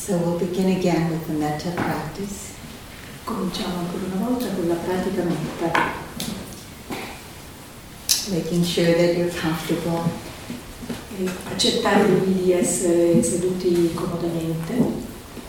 So we'll begin again with the metta practice. Cominciamo ancora una volta con la pratica metta. Making sure that you're comfortable. E accettare di essere seduti comodamente.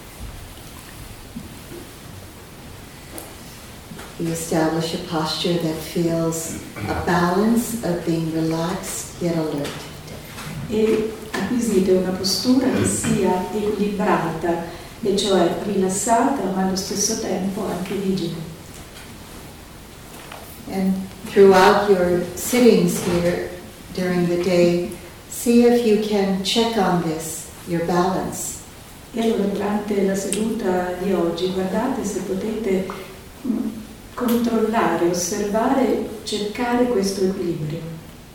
You establish a posture that feels a balance of being relaxed yet alert. E acquisite una postura che sia equilibrata, e cioè rilassata ma allo stesso tempo anche vigile. And throughout your sittings here during the day, see if you can check on this, your balance. E allora durante la seduta di oggi guardate se potete controllare, osservare, cercare questo equilibrio.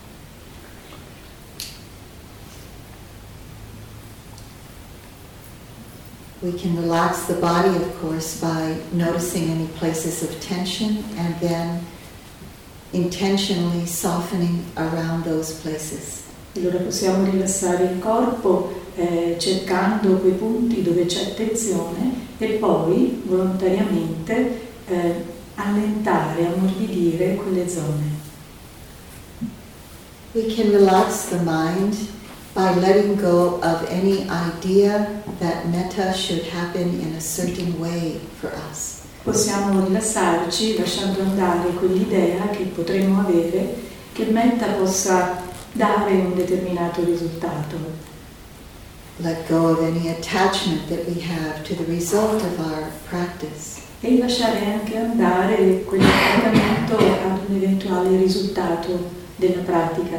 We can relax the body, of course, by noticing any places of tension and then intentionally softening around those places. Allora possiamo rilassare il corpo cercando quei punti dove c'è tensione e poi volontariamente allentare, ammorbidire quelle zone. We can relax the mind by letting go of any idea that metta should happen in a certain way for us. Possiamo rilassarci lasciando andare quell'idea che potremmo avere che metta possa dare un determinato risultato. Let go of any attachment that we have to the result of our practice. E lasciare anche andare quell'attaccamento ad un eventuale risultato della pratica.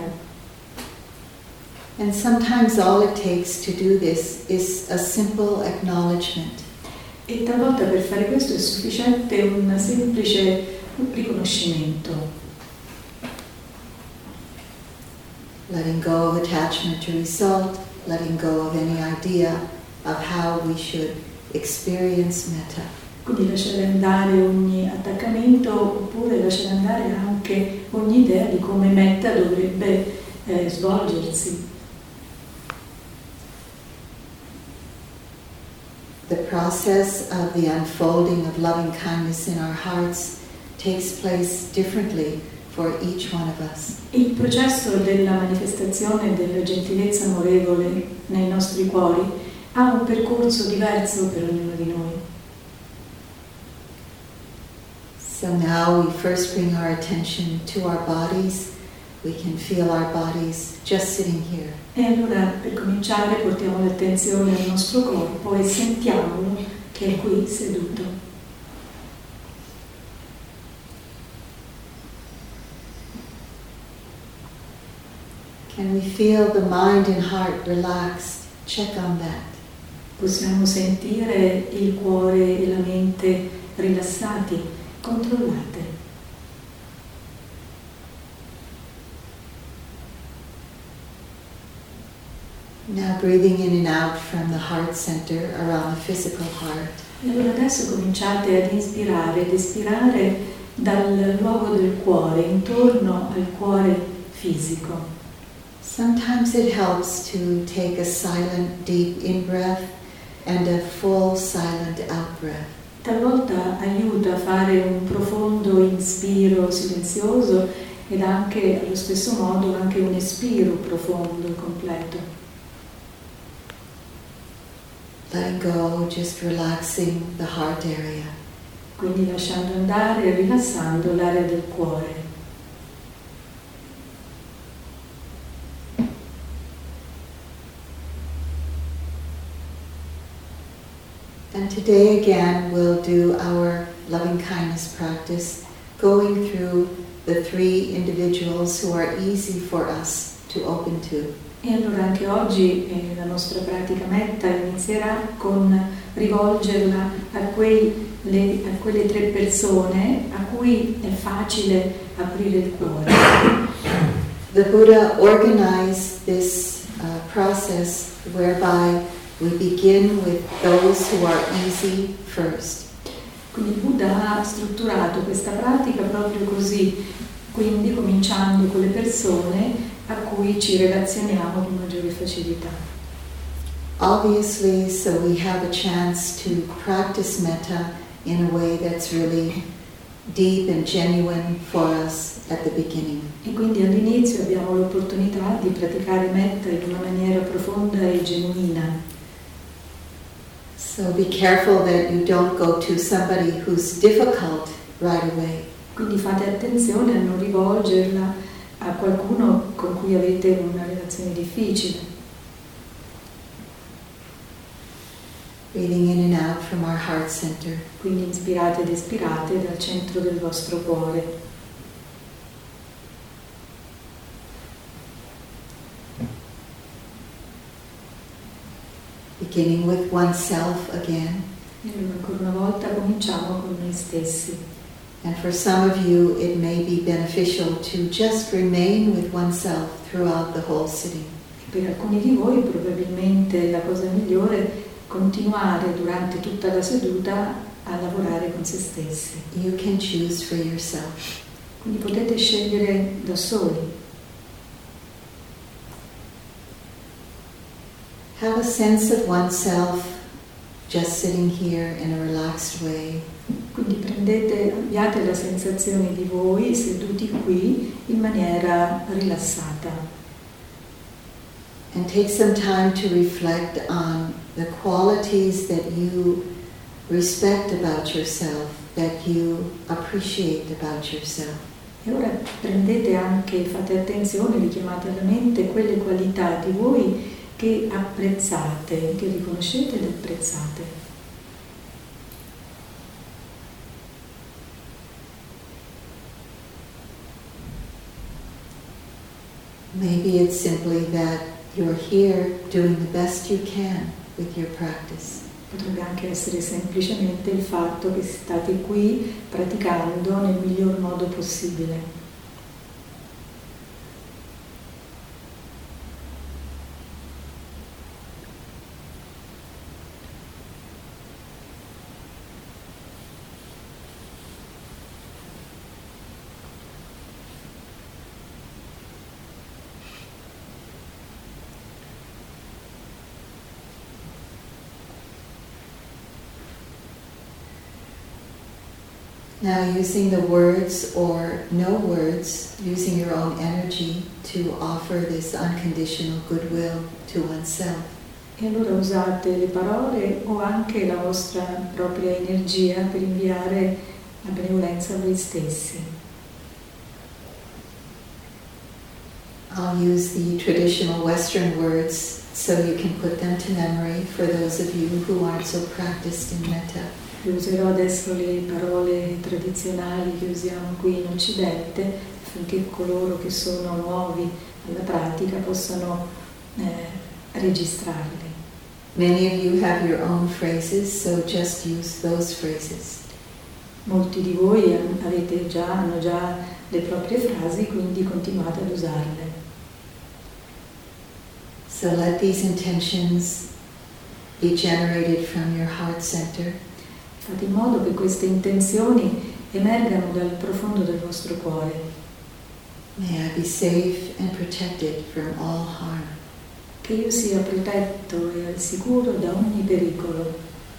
And sometimes all it takes to do this is a simple acknowledgement. E talvolta per fare questo è sufficiente un semplice riconoscimento. Letting go of attachment to result, letting go of any idea of how we should experience metta. Quindi lasciare andare ogni attaccamento oppure lasciare andare anche ogni idea di come metta dovrebbe svolgersi. The process of the unfolding of loving kindness in our hearts takes place differently for each one of us. Il processo della manifestazione della gentilezza amorevole nei nostri cuori ha un percorso diverso per ognuno di noi. So now we first bring our attention to our bodies. We can feel our bodies just sitting here. E allora per cominciare portiamo l'attenzione al nostro corpo e sentiamolo che è qui seduto. Can we feel the mind and heart relaxed? Check on that. Possiamo sentire il cuore e la mente rilassati. Controllate. Now breathing in and out from the heart center around the physical heart. E allora adesso cominciate ad inspirare ed espirare dal luogo del cuore, intorno al cuore fisico. Sometimes it helps to take a silent, deep in-breath and a full, silent out-breath. Talvolta aiuta a fare un profondo inspiro silenzioso ed anche allo stesso modo anche un espiro profondo e completo. Letting go, just relaxing the heart area. Quindi lasciando andare e rilassando l'area del cuore. And today again we'll do our loving kindness practice, going through the three individuals who are easy for us to open to. E allora anche oggi la nostra pratica metta inizierà con rivolgerla a quelle tre persone a cui è facile aprire il cuore. The Buddha organized this process whereby we begin with those who are easy first. Quindi il Buddha ha strutturato questa pratica proprio così, quindi cominciando con le persone a cui ci relazioniamo con maggiore facilità. Obviously, so we have a chance to practice metta in a way that's really deep and genuine for us at the beginning. E quindi all'inizio abbiamo l'opportunità di praticare metta in una maniera profonda e genuina. So be careful that you don't go to somebody who's difficult right away. Quindi fate attenzione a non rivolgerla a qualcuno con cui avete una relazione difficile. Breathing in and out from our heart center. Quindi inspirate ed espirate dal centro del vostro cuore. Beginning with oneself again. E allora ancora una volta cominciamo con noi stessi. And for some of you it may be beneficial to just remain with oneself throughout the whole sitting. Per alcuni di voi probabilmente la cosa migliore è continuare durante tutta la seduta a lavorare con se stessi. You can choose for yourself. Quindi potete scegliere da soli. Have a sense of oneself just sitting here in a relaxed way. Quindi abbiate la sensazione di voi seduti qui in maniera rilassata. And take some time to reflect on the qualities that you respect about yourself, that you appreciate about yourself. E ora fate attenzione, richiamate alla mente quelle qualità di voi che apprezzate, che riconoscete ed apprezzate. Maybe it's simply that you're here doing the best you can with your practice. Potrebbe anche essere semplicemente il fatto che state qui praticando nel miglior modo possibile. Now using the words or no words, using your own energy to offer this unconditional goodwill to oneself. E allora usate le parole o anche la vostra propria energia per inviare la benevolenza a voi stessi. I'll use the traditional Western words so you can put them to memory for those of you who aren't so practiced in metta. Userò adesso le parole tradizionali che usiamo qui in Occidente affinché coloro che sono nuovi alla pratica possano registrarle. Many of you have your own phrases, so just use those phrases. Molti di voi hanno già le proprie frasi, quindi continuate ad usarle. So let these intentions be generated from your heart center. Fate in modo che queste intenzioni emergano dal profondo del vostro cuore. May I be safe and protected from all harm. Che io sia protetto e al sicuro da ogni pericolo.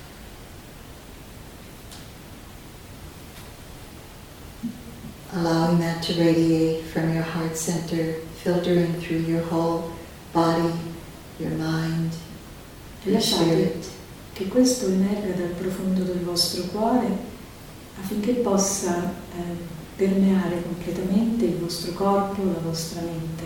Allowing that to radiate from your heart center, filtering through your whole body, your mind, your spirit. Che questo emerga dal profondo del vostro cuore affinché possa permeare completamente il vostro corpo, la vostra mente.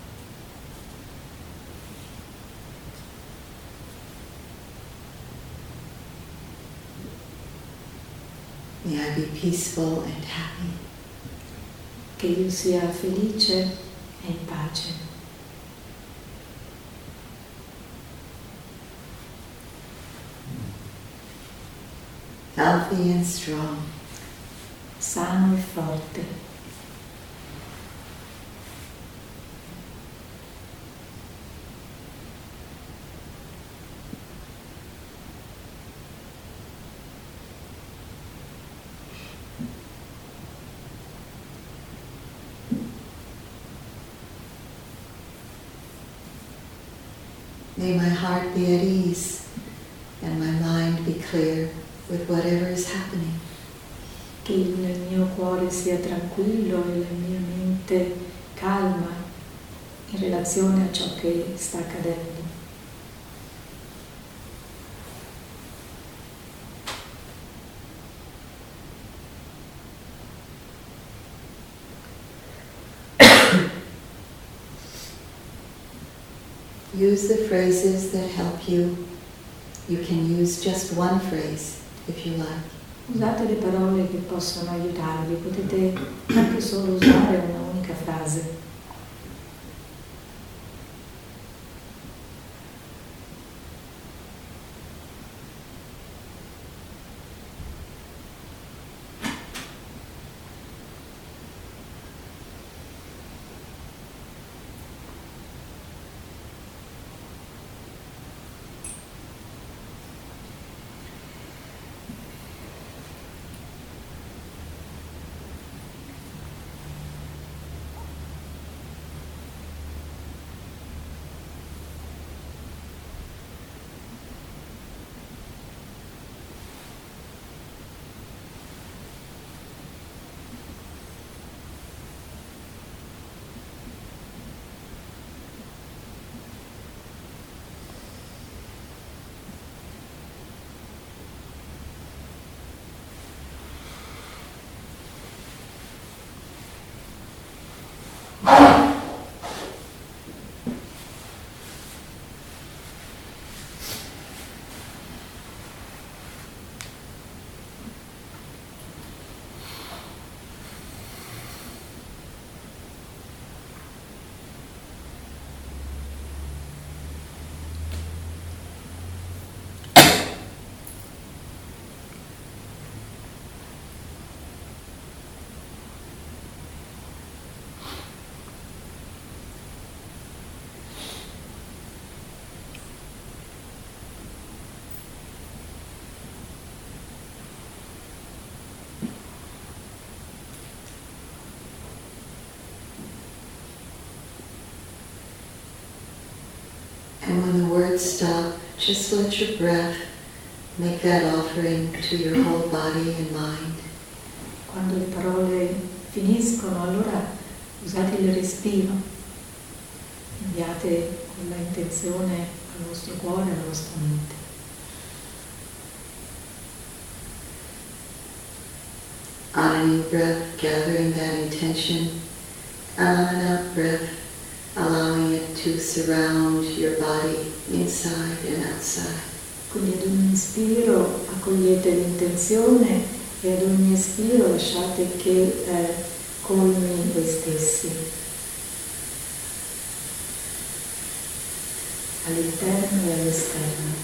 May I be peaceful and happy. Che io sia felice e in pace. Healthy and strong. Sano e forte. May my heart be at ease and my mind be clear with whatever is happening. Che il mio cuore sia tranquillo e la mia mente calma in relazione a ciò che sta accadendo. Use the phrases that help you. You can use just one phrase if you like. Usate le parole che possono aiutarvi, potete anche solo usare una unica frase. And when the words stop, just let your breath make that offering to your whole body and mind. Quando le parole finiscono, allora usate il respiro, inviate quella intenzione al vostro cuore e alla vostra mente. On an in-breath, gathering that intention, and on an out-breath, allowing it to surround your body inside and outside. Quindi ad ogni inspiro accogliete l'intenzione e ad ogni espiro lasciate che colmi voi stessi, all'interno e all'esterno.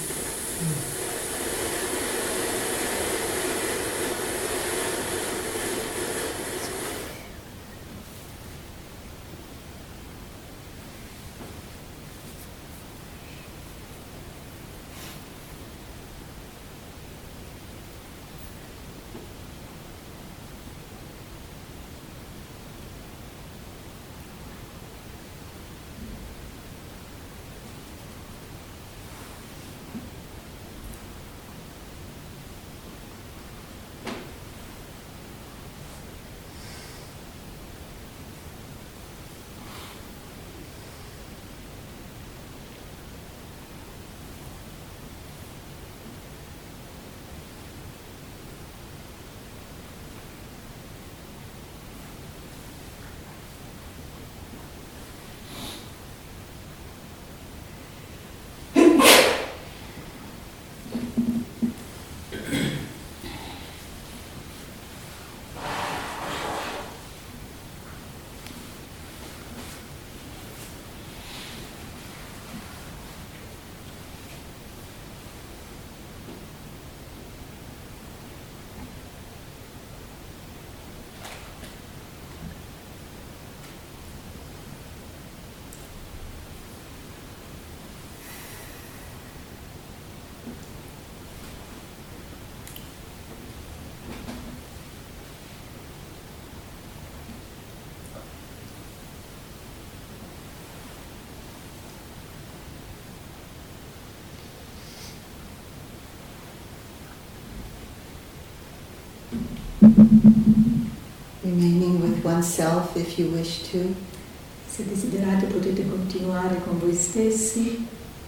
Remaining with oneself if you wish to. Se desiderate potete continuare con voi stessi.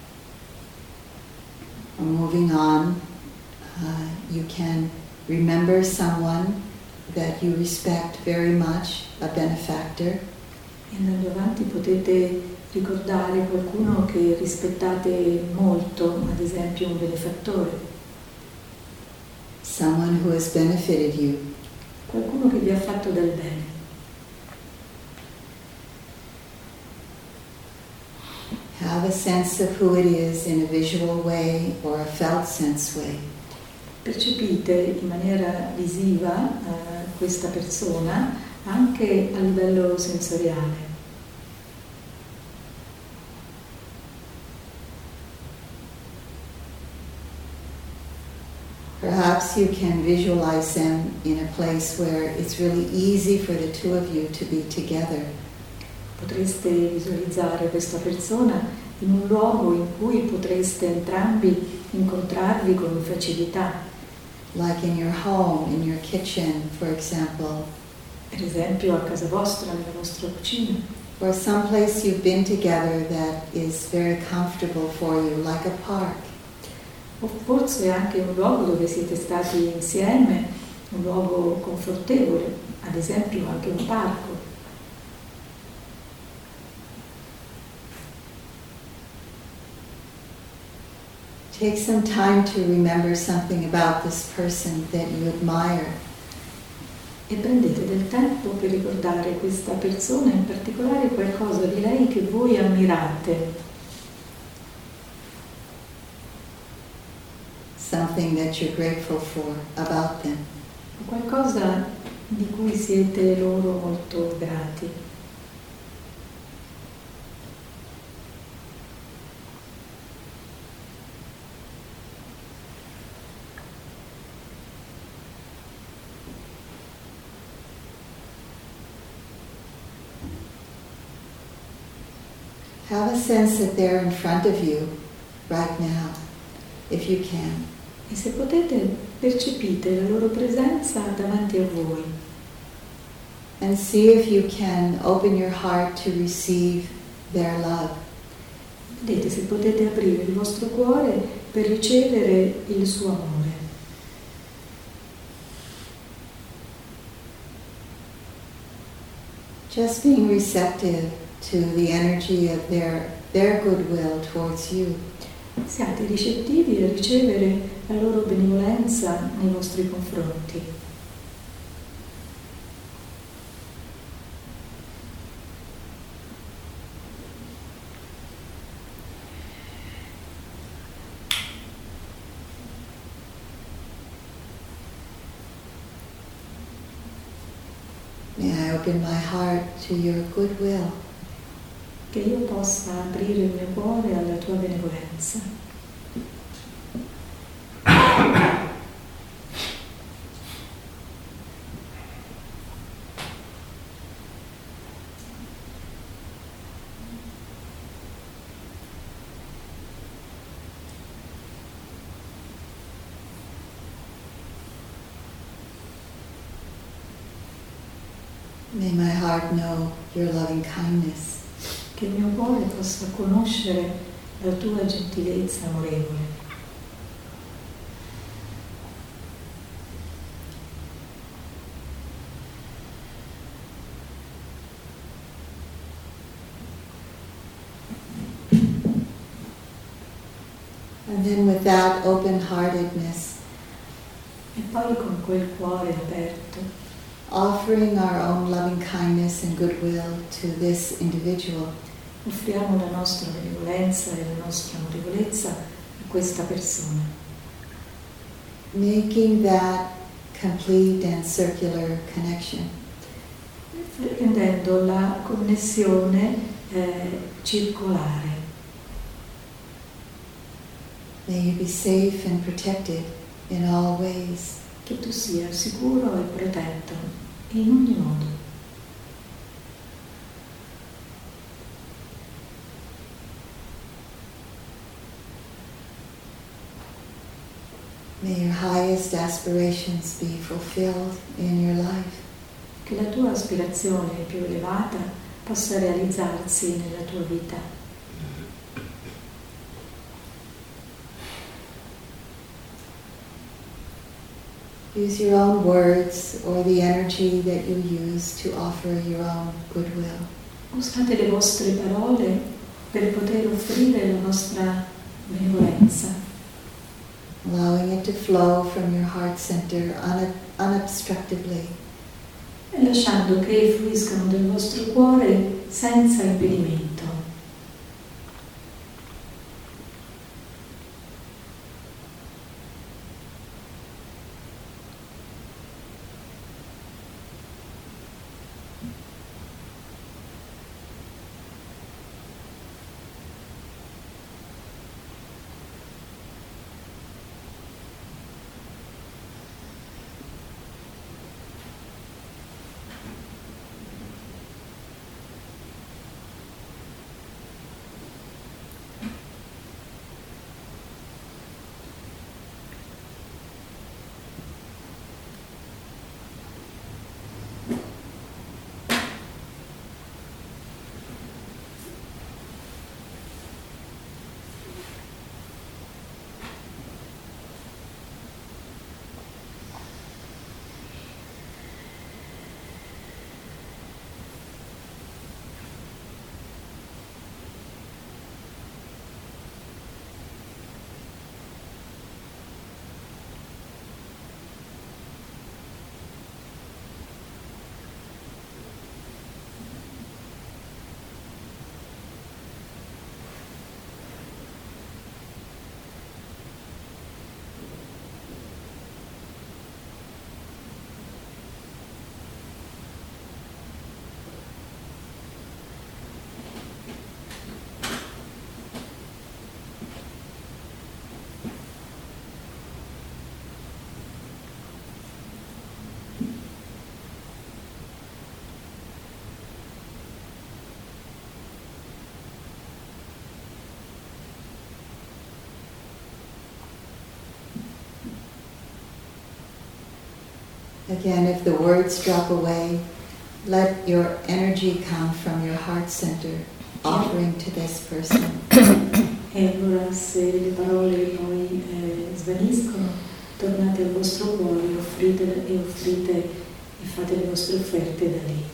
Or moving on, you can remember someone that you respect very much, a benefactor. E andando avanti potete ricordare qualcuno che rispettate molto, ad esempio un benefattore, Someone who has benefited you. qualcuno che vi ha fatto del bene. Have a sense of who it is in a visual way or a felt sense way. Percepite in maniera visiva questa persona anche a livello sensoriale. Perhaps you can visualize them in a place where it's really easy for the two of you to be together. Potreste visualizzare questa persona in un luogo in cui potreste entrambi incontrarvi con facilità. Like in your home, in your kitchen, for example. Per esempio a casa vostra, nella vostra cucina. Or someplace you've been together that is very comfortable for you, like a park. O forse anche un luogo dove siete stati insieme, un luogo confortevole, ad esempio anche un parco. Take some time to remember something about this person that you admire. E prendete del tempo per ricordare questa persona, in particolare qualcosa di lei che voi ammirate. Something that you're grateful for about them. Qualcosa di cui siete loro molto grati. Have a sense that they're in front of you right now, if you can. E se potete, percepite la loro presenza davanti a voi. And see if you can open your heart to receive their love. Vedete se potete aprire il vostro cuore per ricevere il suo amore. Just being receptive to the energy of their goodwill towards you. Siate ricettivi a ricevere la loro benevolenza nei vostri confronti. May I open my heart to your goodwill. Che io possa aprire il mio cuore alla tua benevolenza. May my heart know your loving kindness. Che il mio cuore possa conoscere la tua gentilezza amorevole. And then with that open-heartedness, E poi con quel cuore aperto, offering our own loving kindness and goodwill to this individual. offriamo la nostra benevolenza e la nostra amorevolezza a questa persona, Making that complete and circular connection. rendendo la connessione circolare. May you be safe and protected in all ways. Che tu sia sicuro e protetto in ogni modo. May your highest aspirations be fulfilled in your life. Che la tua aspirazione più elevata possa realizzarsi nella tua vita. Use your own words or the energy that you use to offer your own goodwill. Usate le vostre parole per poter offrire la vostra benevolenza, Allowing it to flow from your heart center unobstructedly. e lasciando che fluiscano dal vostro cuore senza impedimento. Again, if the words drop away, let your energy come from your heart center, offering to this person. E allora se le parole poi svaniscono, tornate al vostro cuore e offrite e fate le vostre offerte da lì.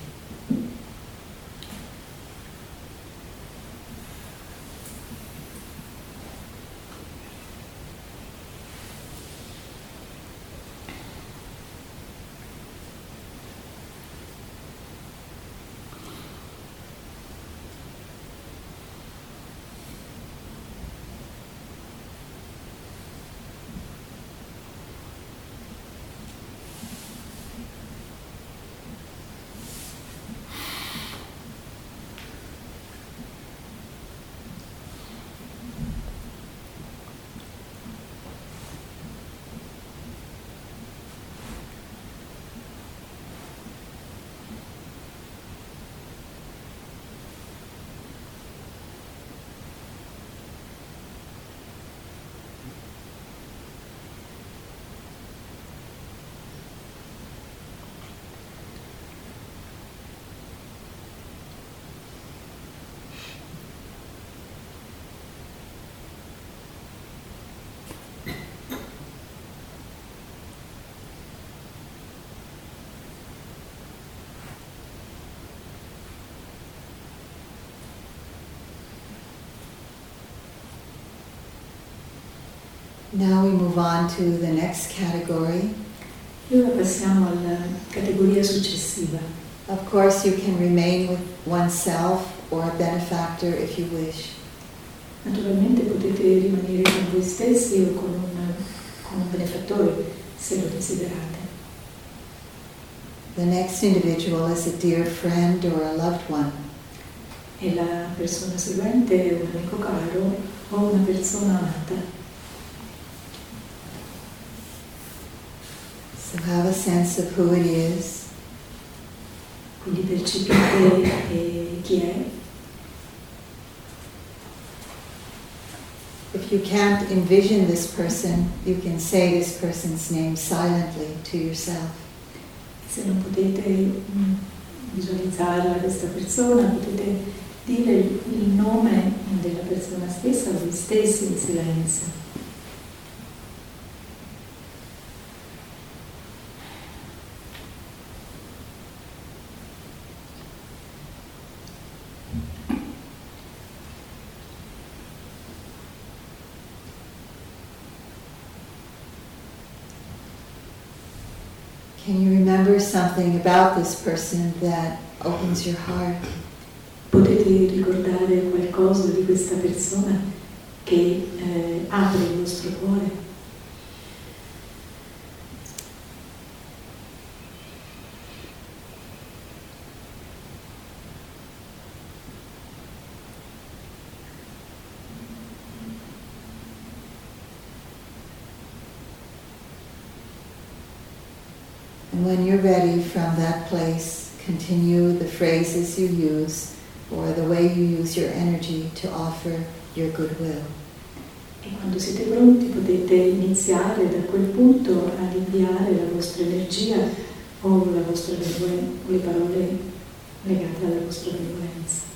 Now we move on to the next category. E ora passiamo alla categoria successiva. Of course, you can remain with oneself or a benefactor if you wish. Naturalmente potete rimanere con voi stessi o con un benefattore, se lo desiderate. The next individual is a dear friend or a loved one. E la persona seguente è un amico caro o una persona amata. So have a sense of who it is. Quindi percepite chi è. If If you can't envision this person, you can say this person's name silently to yourself. Se non potete visualizzare questa persona, potete dire il nome della persona stessa a voi stessi in silenzio. Can you remember something about this person that opens your heart? Potete ricordare qualcosa di questa persona che apre il vostro cuore? And when you're ready from that place, continue the phrases you use or the way you use your energy to offer your goodwill. E quando siete pronti potete iniziare da quel punto ad inviare la vostra energia o la vostra o le parole legate alla vostra benevolenza.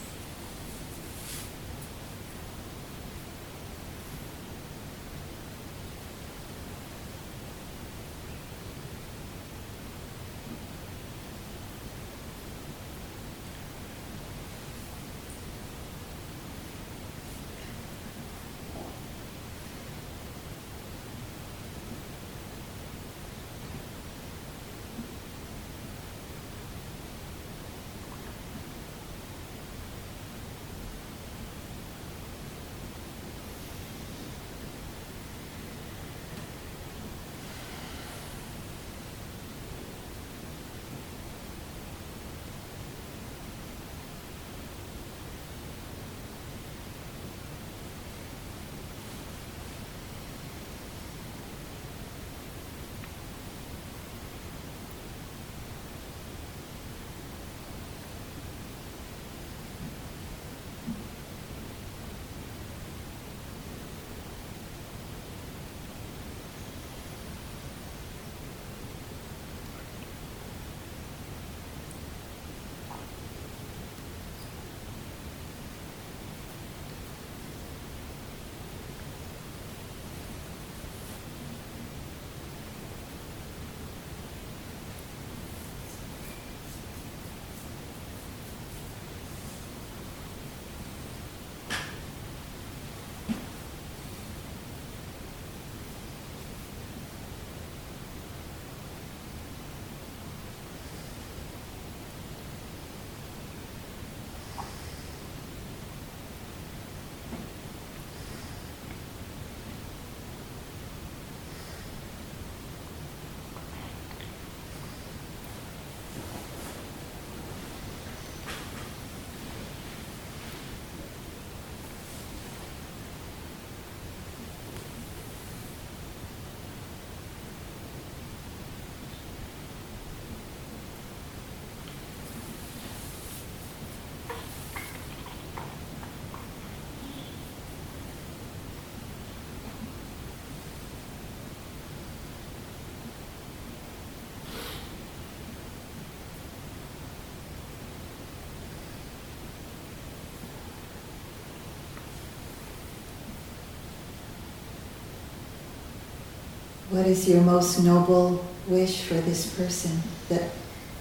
What is your most noble wish for this person that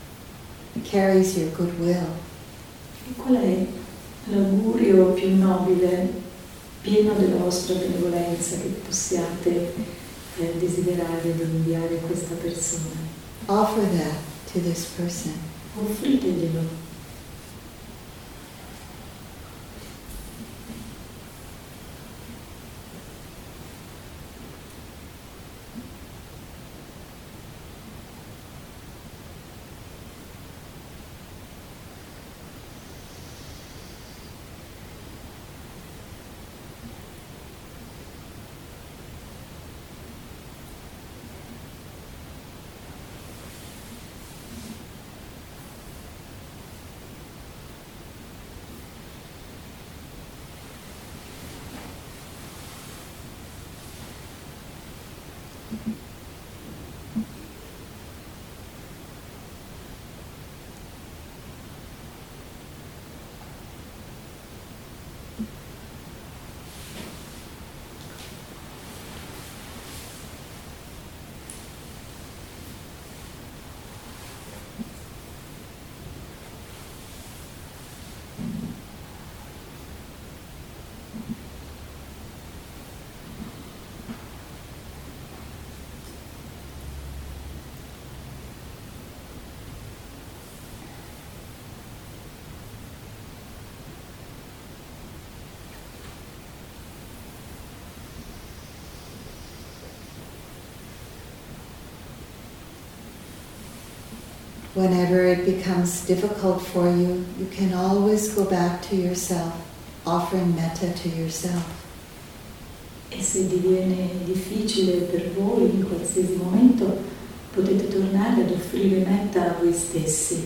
carries your goodwill? E qual è l'augurio più nobile, pieno della vostra benevolenza che possiate desiderare di inviare a questa persona? Offer that to this person. Offriteglielo. Whenever it becomes difficult for you, you can always go back to yourself, offering metta to yourself. E se diviene difficile per voi in qualsiasi momento, potete tornare ad offrire metta a voi stessi.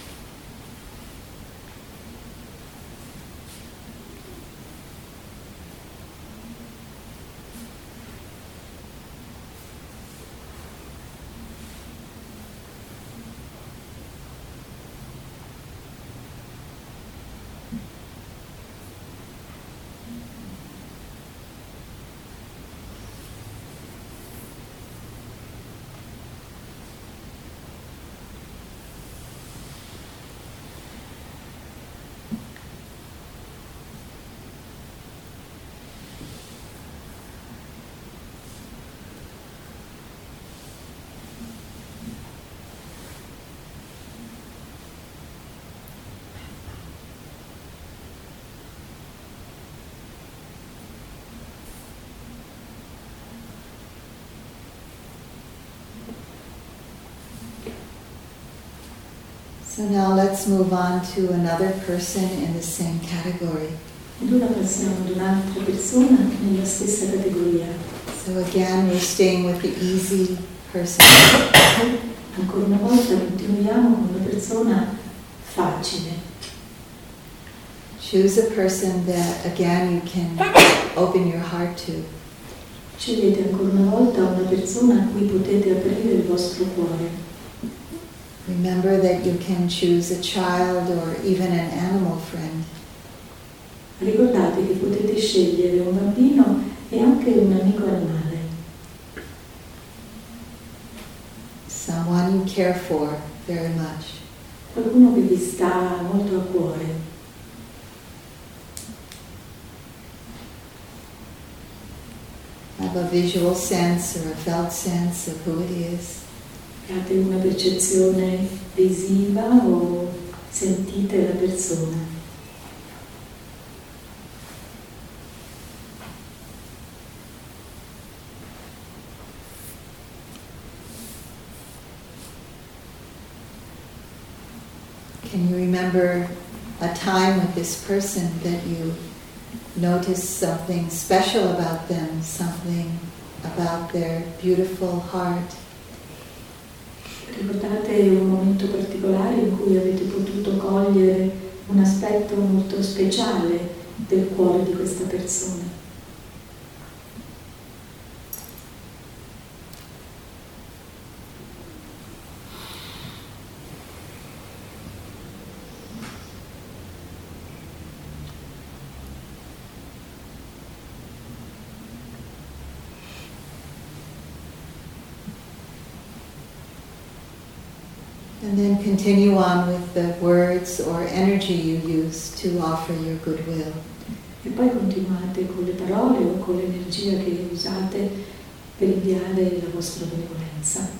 So now let's move on to another person in the same category. Ed ora passiamo ad un'altra persona nella stessa categoria. So again, we're staying with the easy person. Ancora una volta continuiamo con una persona facile. Choose a person that, again, you can open your heart to. Scegliete ancora una volta una persona a cui potete aprire il vostro cuore. Remember that you can choose a child or even an animal friend. Ricordate che potete scegliere un bambino e anche un amico animale. Someone you care for very much. Qualcuno che vi sta molto a cuore. Have a visual sense or a felt sense of who it is. Abbiate una percezione visiva o sentite la persona. Can you remember a time with this person that you noticed something special about them, something about their beautiful heart? Ricordate un momento particolare in cui avete potuto cogliere un aspetto molto speciale del cuore di questa persona. And then continue on with the words or energy you use to offer your goodwill. E poi continuate con le parole o con l'energia che usate per inviare la vostra benevolenza.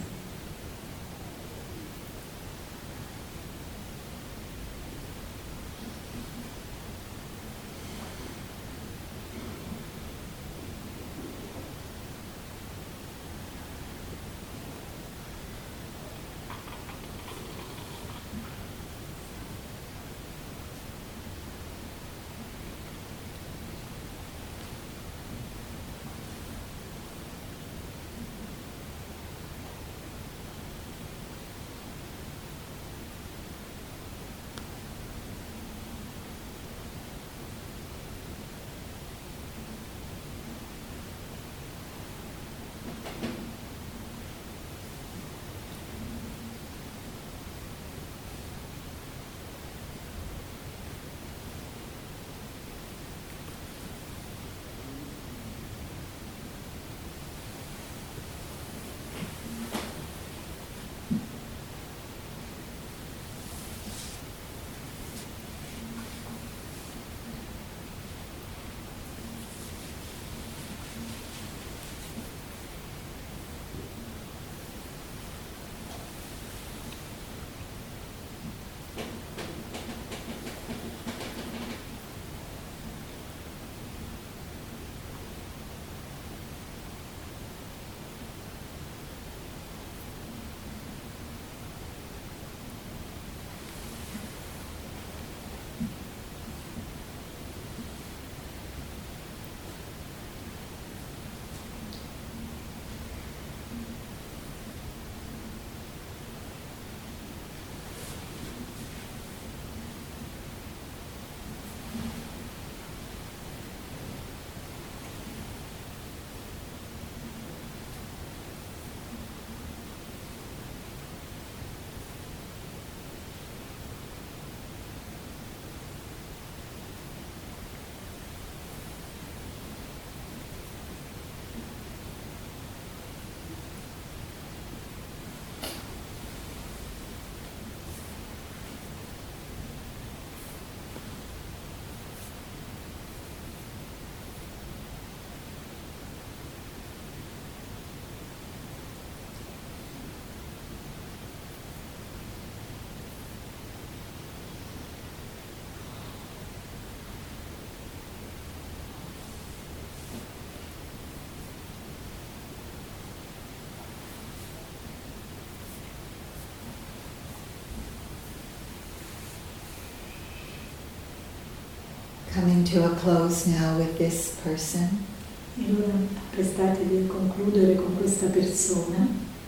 Coming to a close now with this person. E ora prestatevi a concludere con questa persona.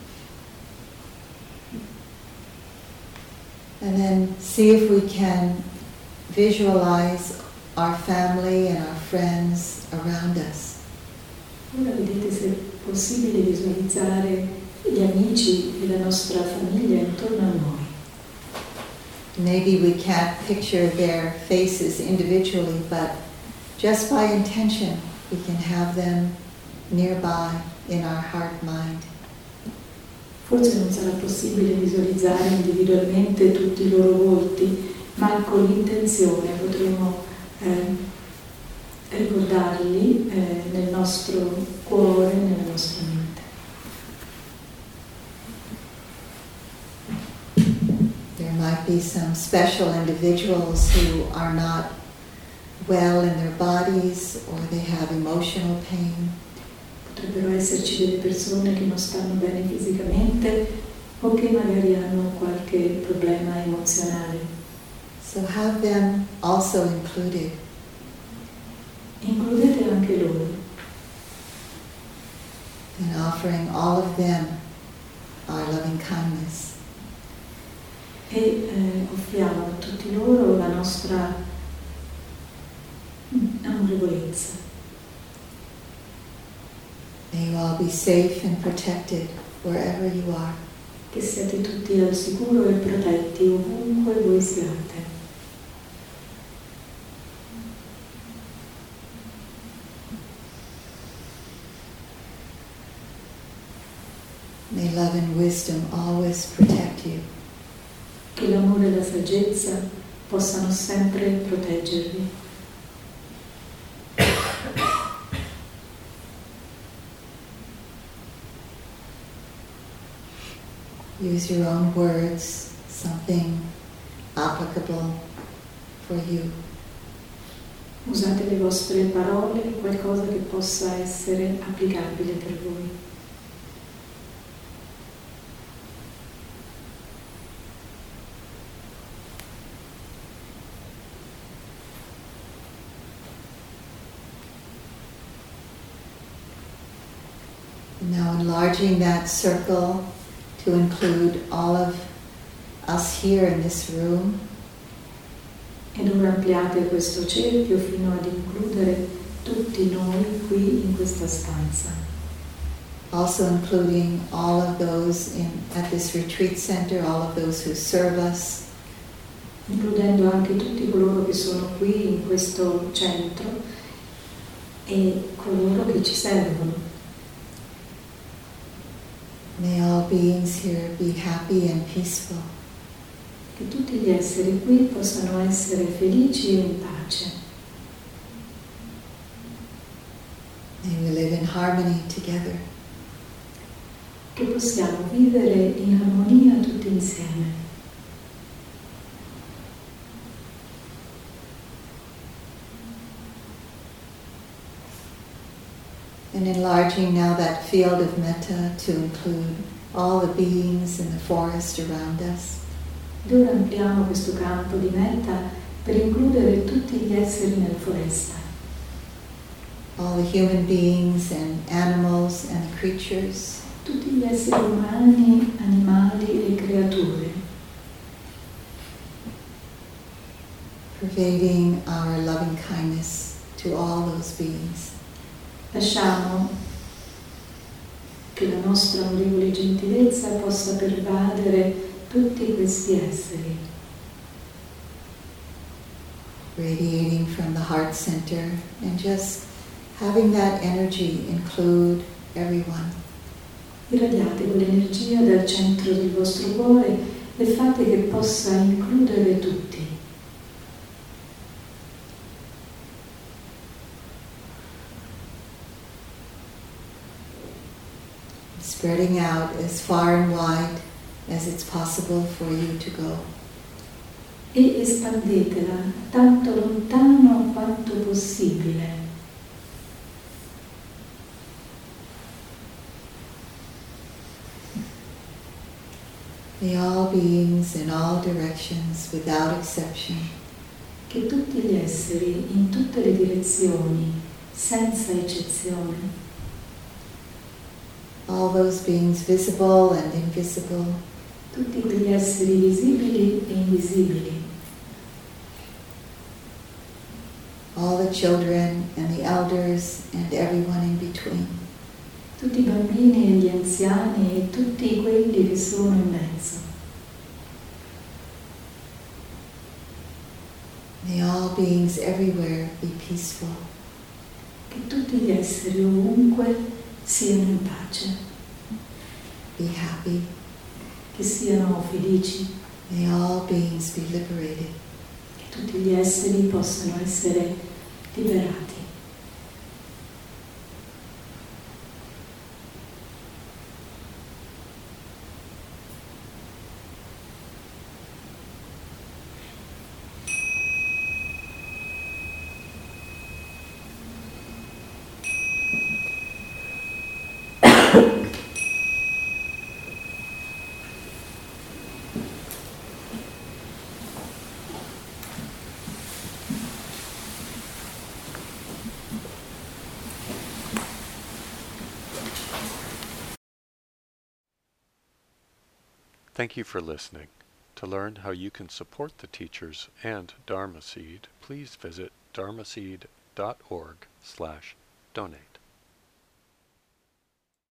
And then see if we can visualize our family and our friends around us. Ora vedete se è possibile visualizzare gli amici e la nostra famiglia intorno a noi. Maybe we can't picture their faces individually, but just by intention we can have them nearby in our heart mind. Forse non sarà possibile visualizzare individualmente tutti i loro volti, ma con l'intenzione potremo ricordarli nel nostro cuore, nella nostra mente. There might be some special individuals who are not well in their bodies or they have emotional pain. Potrebbero esserci delle persone che non stanno bene fisicamente o che magari hanno qualche problema emozionale. So have them also included. Includete anche loro. And offering all of them our loving kindness. E offriamo a tutti loro la nostra amorevolezza. May you all be safe and protected wherever you are. Che siate tutti al sicuro e protetti ovunque voi siate. May love and wisdom always protect you. Che l'amore e la saggezza possano sempre proteggervi. Use your own words, something applicable for you. Usate le vostre parole, qualcosa che possa essere applicabile per voi. Now enlarging that circle to include all of us here in this room. Ed ora ampliate questo cerchio fino ad includere tutti noi qui in questa stanza. Also including all of those at this retreat center, all of those who serve us. Includendo anche tutti coloro che sono qui in questo centro e coloro che ci servono. May all beings here be happy and peaceful. Che tutti gli esseri qui possano essere felici e in pace. May we live in harmony together. Che possiamo vivere in armonia tutti insieme. And enlarging now that field of metta to include all the beings in the forest around us. Ed ora ampliamo questo campo di metta per includere tutti gli esseri nella foresta. All the human beings and animals and creatures. Tutti gli esseri umani, animali e creature. Pervading our loving kindness to all those beings. Lasciamo che la nostra amorevole gentilezza possa pervadere tutti questi esseri. Radiating from the heart center and just having that energy include everyone. Irradiate quell'energia dal centro del vostro cuore e fate che possa includere tutti. Spreading out as far and wide as it's possible for you to go. E espandetela tanto lontano quanto possibile. May all beings in all directions, without exception, che tutti gli esseri in tutte le direzioni, senza eccezione, all those beings visible and invisible, tutti quegli esseri visibili e invisibili, all the children and the elders and everyone in between, tutti i bambini e gli anziani e tutti quelli che sono in mezzo. may all beings everywhere be peaceful, Che tutti gli esseri ovunque siano in pace, be happy, che siano felici, may all beings be liberated. che tutti gli esseri possano essere liberati. Thank you for listening. To learn how you can support the teachers and Dharma Seed, please visit dharmaseed.org/donate.